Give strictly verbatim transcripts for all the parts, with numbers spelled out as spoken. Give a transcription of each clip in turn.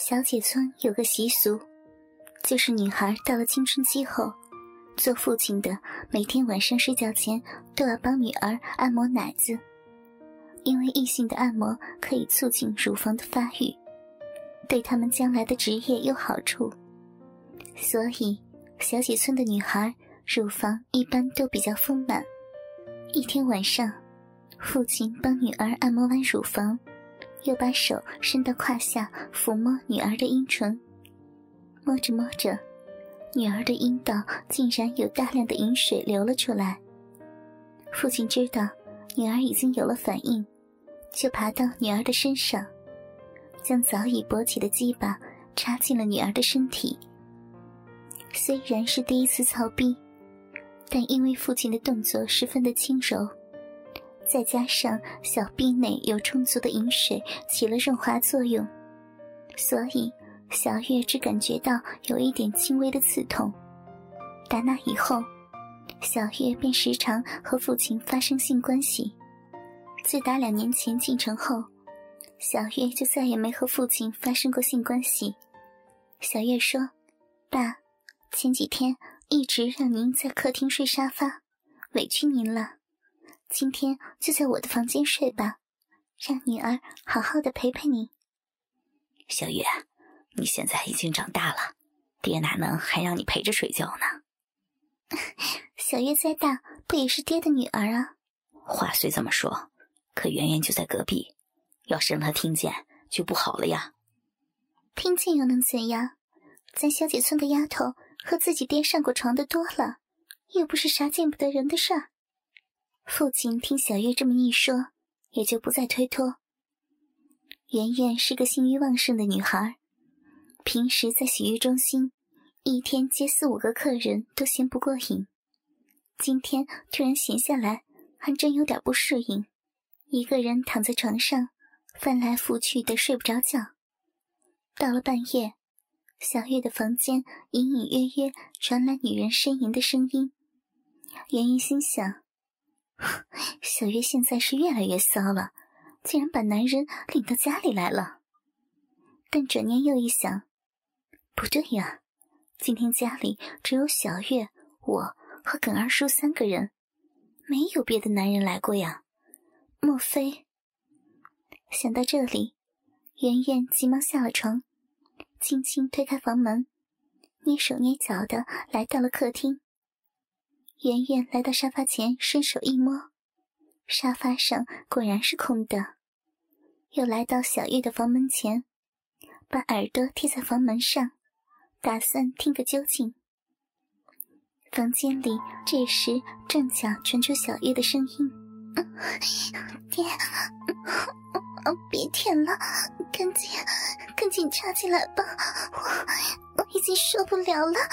小姐村有个习俗，就是女孩到了青春期后，做父亲的每天晚上睡觉前都要帮女儿按摩奶子，因为异性的按摩可以促进乳房的发育，对他们将来的职业有好处。所以小姐村的女孩乳房一般都比较丰满。一天晚上，父亲帮女儿按摩完乳房，又把手伸到胯下抚摸女儿的阴唇，摸着摸着，女儿的阴道竟然有大量的饮水流了出来。父亲知道女儿已经有了反应，就爬到女儿的身上，将早已勃起的鸡巴插进了女儿的身体。虽然是第一次操逼，但因为父亲的动作十分的轻柔，再加上小臂内有充足的饮水起了润滑作用，所以小月只感觉到有一点轻微的刺痛。打那以后，小月便时常和父亲发生性关系。自打两年前进城后，小月就再也没和父亲发生过性关系。小月说：“爸，前几天一直让您在客厅睡沙发，委屈您了。今天就在我的房间睡吧，让女儿好好的陪陪你。” 小月，你现在已经长大了，爹哪能还让你陪着睡觉呢？ 小月再大，不也是爹的女儿啊？ 话虽这么说，可圆圆就在隔壁，要是让她听见就不好了呀。 听见又能怎样？咱小姐村的丫头和自己爹上过床的多了，又不是啥见不得人的事儿。父亲听小月这么一说，也就不再推脱。圆圆是个性欲旺盛的女孩，平时在洗浴中心一天接四五个客人都嫌不过瘾，今天突然闲下来，还真有点不适应，一个人躺在床上翻来覆去的睡不着觉。到了半夜，小月的房间隐隐约约传来女人呻吟的声音。圆圆心想，小月现在是越来越骚了，竟然把男人领到家里来了。但转念又一想，不对呀，今天家里只有小月、我和耿二叔三个人，没有别的男人来过呀。莫非……想到这里，圆圆急忙下了床，轻轻推开房门，蹑手蹑脚地来到了客厅。圆圆来到沙发前，伸手一摸，沙发上果然是空的。又来到小月的房门前，把耳朵贴在房门上，打算听个究竟。房间里这时正巧传出小月的声音：“爹，别舔了，赶紧赶紧插进来吧，我我已经受不了了。”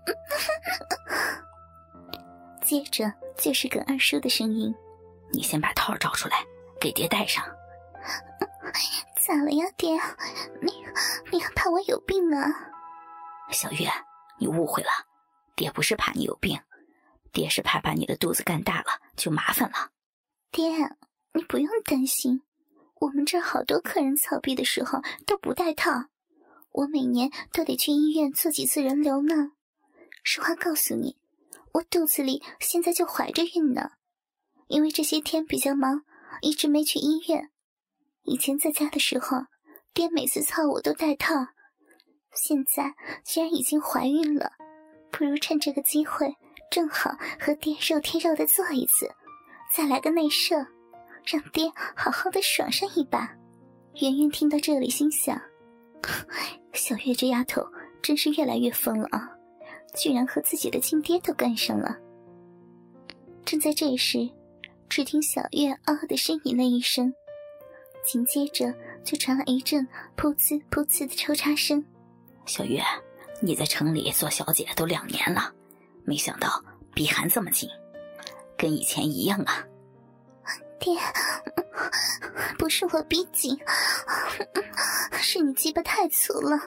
接着就是耿二叔的声音：“ 你先把套找出来，给爹戴上。”“ 咋了呀，爹？你你还怕我有病啊？”“ 小月，你误会了，爹不是怕你有病，爹是怕把你的肚子干大了就麻烦了。”“ 爹，你不用担心，我们这儿好多客人操逼的时候都不戴套，我每年都得去医院做几次人流呢。实话告诉你，我肚子里现在就怀着孕呢，因为这些天比较忙，一直没去医院。以前在家的时候，爹每次操我都戴套，现在既然已经怀孕了，不如趁这个机会，正好和爹肉贴肉的做一次，再来个内射，让爹好好的爽上一把。”圆圆听到这里心想，小月这丫头真是越来越疯了啊，居然和自己的亲爹都干上了。正在这时，只听小月嗷的呻吟了一声，紧接着就传来一阵噗呲噗呲的抽插声。 “小月，你在城里做小姐都两年了，没想到逼寒这么紧，跟以前一样啊。”“ 爹，不是我逼紧，是你鸡巴太粗了。”“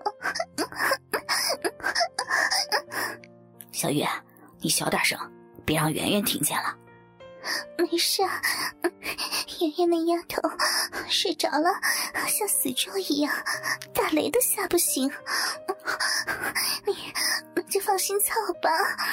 小月，你小点声，别让圆圆听见了。”“ 没事， 圆圆那丫头睡着了，像死猪一样，打雷都吓不醒。你你就放心操吧。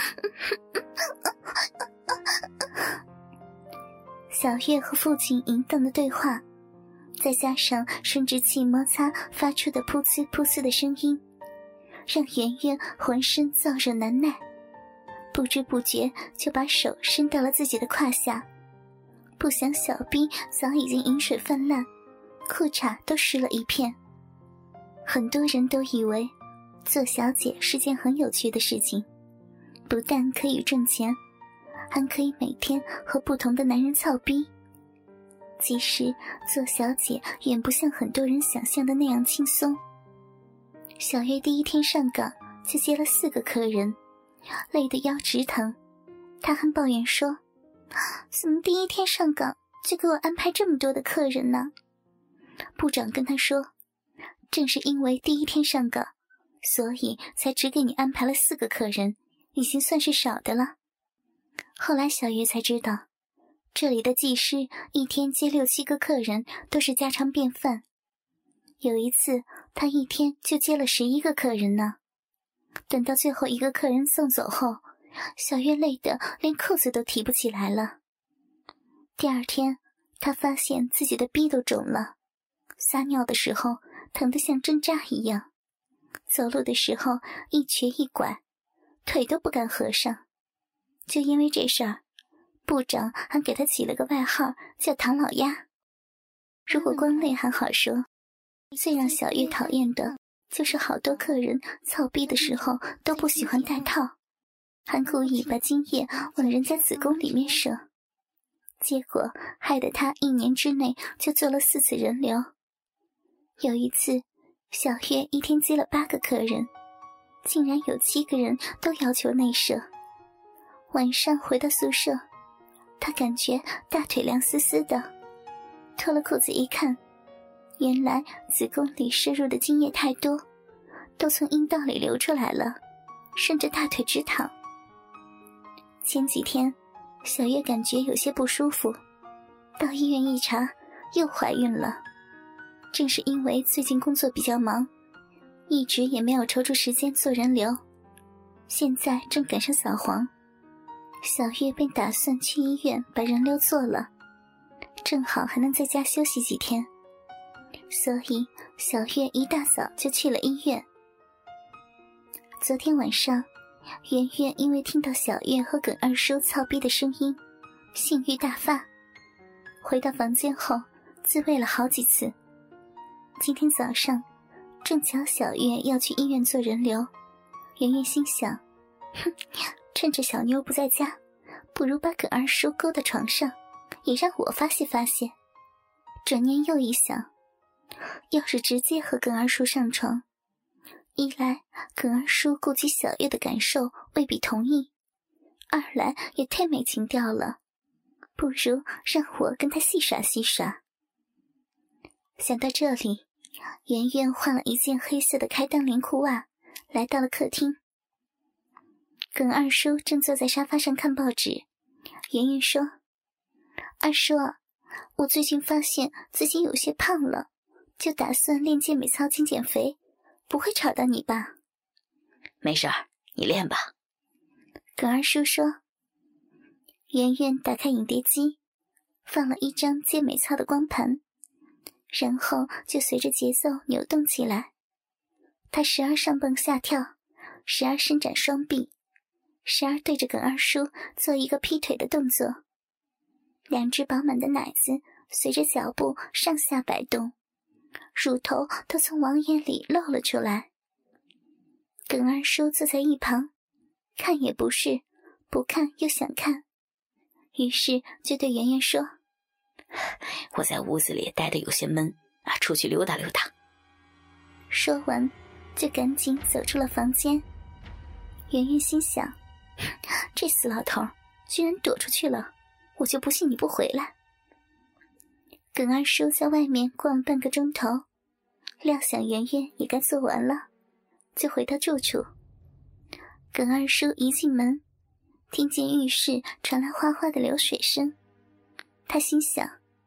小月和父亲淫荡的对话，再加上生殖器摩擦发出的噗呲噗呲的声音，让圆圆浑身燥热难耐，不知不觉就把手伸到了自己的胯下，不想小臂早已经饮水泛滥，裤衩都湿了一片。很多人都以为做小姐是件很有趣的事情，不但可以挣钱，还可以每天和不同的男人操逼。其实做小姐远不像很多人想象的那样轻松。小月第一天上岗就接了四个客人，累得腰直疼。她还抱怨说，怎么第一天上岗就给我安排这么多的客人呢？部长跟她说，正是因为第一天上岗，所以才只给你安排了四个客人，已经算是少的了。后来小月才知道，这里的技师一天接六七个客人都是家常便饭。有一次他一天就接了十一个客人呢。等到最后一个客人送走后，小月累得连裤子都提不起来了。第二天她发现自己的逼都肿了，撒尿的时候疼得像针扎一样，走路的时候一瘸一拐，腿都不敢合上。就因为这事儿，部长还给她起了个外号叫唐老鸭。如果光累还好说，最让小月讨厌的就是好多客人操逼的时候都不喜欢戴套，还故意把精液往人家子宫里面射，结果害得她一年之内就做了四次人流。有一次小月一天接了八个客人，竟然有七个人都要求内射。晚上回到宿舍，她感觉大腿凉丝丝的，脱了裤子一看，原来子宫里摄入的精液太多，都从阴道里流出来了，顺着大腿直淌。前几天小月感觉有些不舒服，到医院一查，又怀孕了。正是因为最近工作比较忙，一直也没有抽出时间做人流，现在正赶上扫黄，小月便打算去医院把人流做了，正好还能在家休息几天。所以小月一大早就去了医院。昨天晚上圆圆因为听到小月和耿二叔操逼的声音，性欲大发，回到房间后自慰了好几次。今天早上正巧小月要去医院做人流，圆圆心想，哼，趁着小妞不在家，不如把耿二叔勾到床上，也让我发泄发泄。转念又一想，要是直接和耿二叔上床，一来耿二叔顾及小月的感受未必同意，二来也太没情调了，不如让我跟他戏耍戏耍。想到这里，圆圆换了一件黑色的开裆连裤袜，来到了客厅。耿二叔正坐在沙发上看报纸，圆圆说，二叔，我最近发现自己有些胖了，就打算练健美操减减肥，不会吵到你吧？ 没事儿，你练吧。 耿二叔说。圆圆打开影碟机，放了一张健美操的光盘，然后就随着节奏扭动起来。他时而上蹦下跳，时而伸展双臂，时而对着耿二叔做一个劈腿的动作。两只饱满的奶子随着脚步上下摆动，乳头都从网眼里露了出来。耿二叔坐在一旁，看也不是，不看又想看，于是就对圆圆说， 我在屋子里待得有些闷啊，出去溜达溜达。 说完就赶紧走出了房间。圆圆心想，这死老头居然躲出去了，我就不信你不回来。耿二叔在外面逛了半个钟头，料想圆圆也该做完了，就回到住处。耿二叔一进门，听见浴室传来哗哗的流水声，他心想，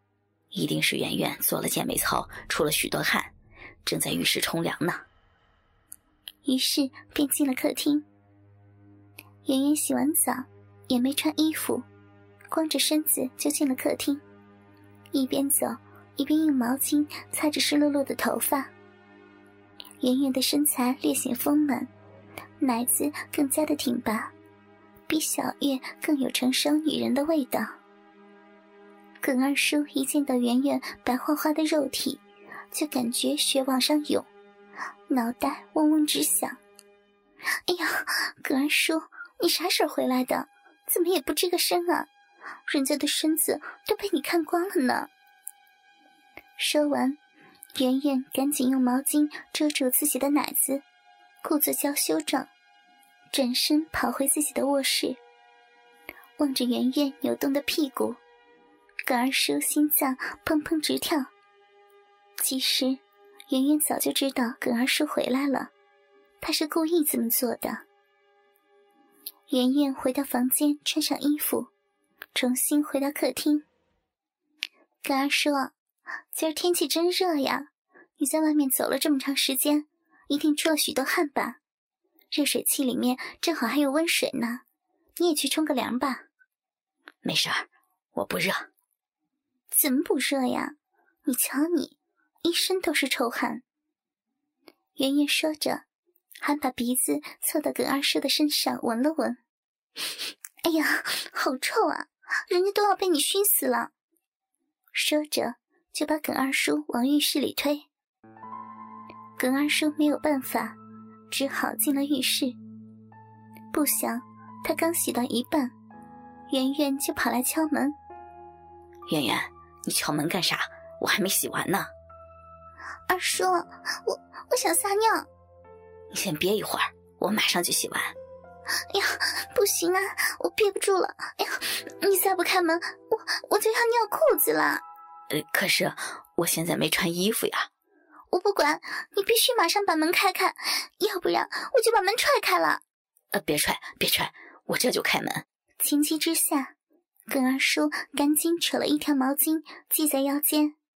一定是圆圆做了健美操，出了许多汗，正在浴室冲凉呢。 于是便进了客厅。圆圆洗完澡，也没穿衣服，光着身子就进了客厅，一边走一边用毛巾擦着湿漉漉的头发。圆圆的身材略显丰满，奶子更加的挺拔，比小月更有成熟女人的味道。耿二叔一见到圆圆白花花的肉体，就感觉血往上涌，脑袋嗡嗡直响。哎呀，耿二叔，你啥时候回来的？怎么也不吱个声啊？人家的身子都被你看光了呢。说完，圆圆赶紧用毛巾遮住自己的奶子，故作娇羞状，转身跑回自己的卧室。望着圆圆扭动的屁股，耿二叔心脏砰砰直跳。其实圆圆早就知道耿二叔回来了，他是故意这么做的。圆圆回到房间，穿上衣服，重新回到客厅。耿二叔，今儿天气真热呀，你在外面走了这么长时间，一定出了许多汗吧？热水器里面正好还有温水呢，你也去冲个凉吧。 没事儿，我不热。 怎么不热呀？你瞧你，一身都是臭汗。圆圆说着，还把鼻子凑到耿二叔的身上闻了闻。哎呀，好臭啊，人家都要被你熏死了。说着就把耿二叔往浴室里推。耿二叔没有办法，只好进了浴室。不想他刚洗到一半，圆圆就跑来敲门。 圆圆，你敲门干啥？我还没洗完呢。 二叔，我我想撒尿。 你先憋一会儿，我马上就洗完。 哎呀，不行啊，我憋不住了。哎呀，你再不开门，我我就要尿裤子了。 呃，可是我现在没穿衣服呀。 我不管，你必须马上把门开开，要不然我就把门踹开了。 呃，别踹，别踹，我这就开门。 情急之下，耿二叔赶紧扯了一条毛巾系在腰间，